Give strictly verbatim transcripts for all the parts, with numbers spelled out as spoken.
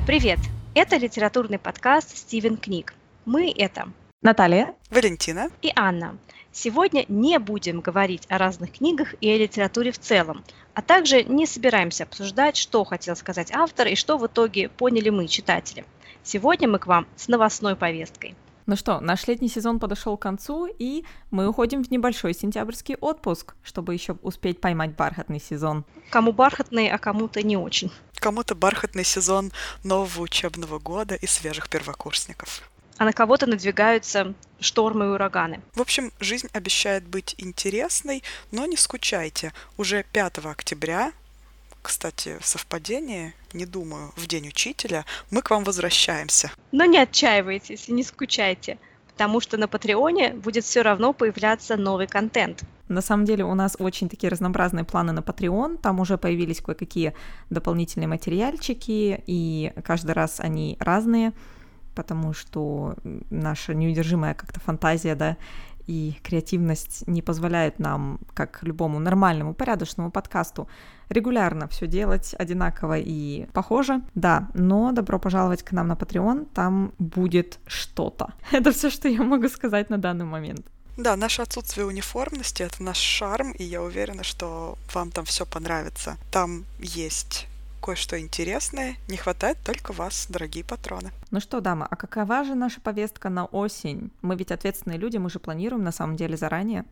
Привет! Это литературный подкаст «Стивен Книг». Мы — это Наталья, Валентина и Анна. Сегодня не будем говорить о разных книгах и о литературе в целом, а также не собираемся обсуждать, что хотел сказать автор и что в итоге поняли мы, читатели. Сегодня мы к вам с новостной повесткой. Ну что, наш летний сезон подошел к концу, и мы уходим в небольшой сентябрьский отпуск, чтобы еще успеть поймать бархатный сезон. Кому бархатный, а кому-то не очень. Кому-то бархатный сезон нового учебного года и свежих первокурсников. А на кого-то надвигаются штормы и ураганы. В общем, жизнь обещает быть интересной, но не скучайте. Уже пятого октября, кстати, совпадение, не думаю, в День учителя, мы к вам возвращаемся. Но не отчаивайтесь и не скучайте, потому что на Патреоне будет все равно появляться новый контент. На самом деле у нас очень такие разнообразные планы на Patreon, там уже появились кое-какие дополнительные материальчики, и каждый раз они разные, потому что наша неудержимая как-то фантазия, да, и креативность не позволяют нам, как любому нормальному, порядочному подкасту, регулярно все делать одинаково и похоже. Да, но добро пожаловать к нам на Patreon, там будет что-то. Это все, что я могу сказать на данный момент. Да, наше отсутствие униформности — это наш шарм, и я уверена, что вам там все понравится. Там есть кое-что интересное, не хватает только вас, дорогие патроны. Ну что, дамы, а какова же наша повестка на осень? Мы ведь ответственные люди, мы же планируем на самом деле заранее.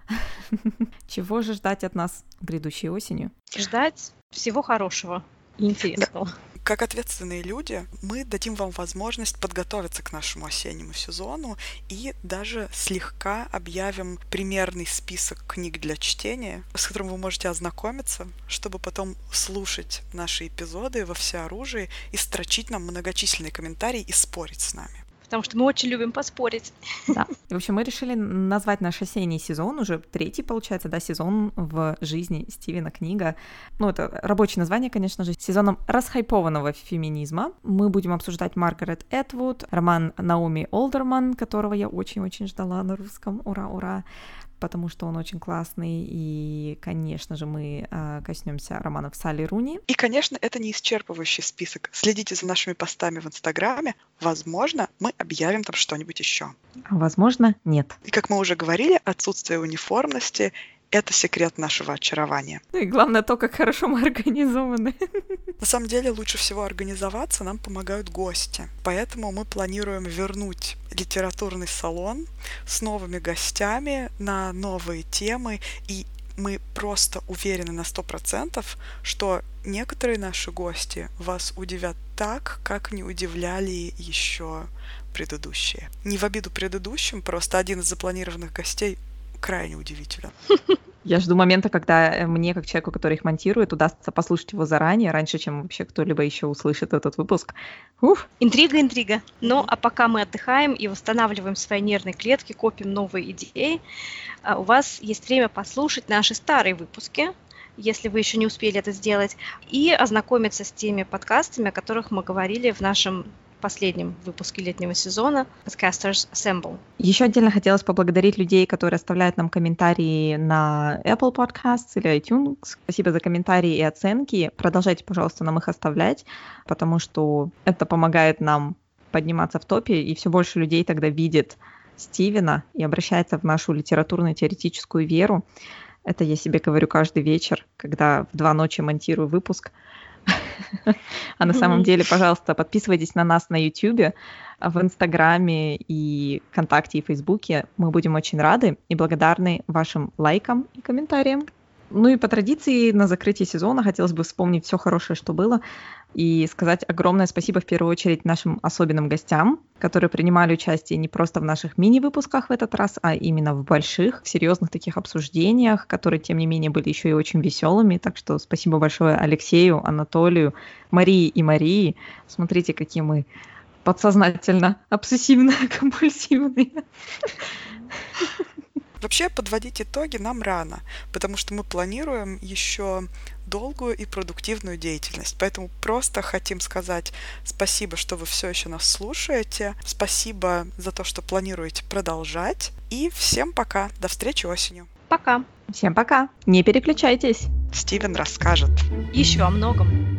Чего же ждать от нас грядущей осенью? Ждать всего хорошего и интересного. Как ответственные люди, мы дадим вам возможность подготовиться к нашему осеннему сезону и даже слегка объявим примерный список книг для чтения, с которым вы можете ознакомиться, чтобы потом слушать наши эпизоды во всеоружии и строчить нам многочисленные комментарии и спорить с нами. Потому что мы очень любим поспорить. Да. В общем, мы решили назвать наш осенний сезон, уже третий, получается, да, сезон в жизни Стивена Книга. Ну, это рабочее название, конечно же, сезоном расхайпованного феминизма. Мы будем обсуждать Маргарет Этвуд, роман Наоми Олдерман, которого я очень-очень ждала на русском. Ура, ура! Потому что он очень классный, и, конечно же, мы э, коснемся романов Салли Руни. И, конечно, это не исчерпывающий список. Следите за нашими постами в Инстаграме. Возможно, мы объявим там что-нибудь еще. А возможно, нет. И, как мы уже говорили, отсутствие униформности — это секрет нашего очарования. Ну и главное то, как хорошо мы организованы. На самом деле, лучше всего организоваться нам помогают гости. Поэтому мы планируем вернуть литературный салон с новыми гостями на новые темы. И мы просто уверены на сто процентов, что некоторые наши гости вас удивят так, как не удивляли еще предыдущие. Не в обиду предыдущим, просто один из запланированных гостей крайне удивителен. Я жду момента, когда мне, как человеку, который их монтирует, удастся послушать его заранее, раньше, чем вообще кто-либо еще услышит этот выпуск. Уф. Интрига, интрига. Ну, а пока мы отдыхаем и восстанавливаем свои нервные клетки, копим новые идеи, у вас есть время послушать наши старые выпуски, если вы еще не успели это сделать, и ознакомиться с теми подкастами, о которых мы говорили в нашем последнем выпуске летнего сезона Podcasters Assemble. Еще отдельно хотелось поблагодарить людей, которые оставляют нам комментарии на Apple Podcasts или iTunes. Спасибо за комментарии и оценки. Продолжайте, пожалуйста, нам их оставлять, потому что это помогает нам подниматься в топе, и все больше людей тогда видит Стивена и обращается в нашу литературно-теоретическую веру. Это я себе говорю каждый вечер, когда в два ночи монтирую выпуск. А на самом деле, пожалуйста, подписывайтесь на нас на YouTube, в Инстаграме и ВКонтакте и Фейсбуке. Мы будем очень рады и благодарны вашим лайкам и комментариям. Ну и по традиции на закрытие сезона хотелось бы вспомнить все хорошее, что было, и сказать огромное спасибо в первую очередь нашим особенным гостям, которые принимали участие не просто в наших мини-выпусках в этот раз, а именно в больших, серьезных таких обсуждениях, которые, тем не менее, были еще и очень веселыми. Так что спасибо большое Алексею, Анатолию, Марии и Марии. Смотрите, какие мы подсознательно обсессивно-компульсивные. Вообще, подводить итоги нам рано, потому что мы планируем еще долгую и продуктивную деятельность. Поэтому просто хотим сказать спасибо, что вы все еще нас слушаете. Спасибо за то, что планируете продолжать. И всем пока. До встречи осенью. Пока. Всем пока. Не переключайтесь. Стивен расскажет. Еще о многом.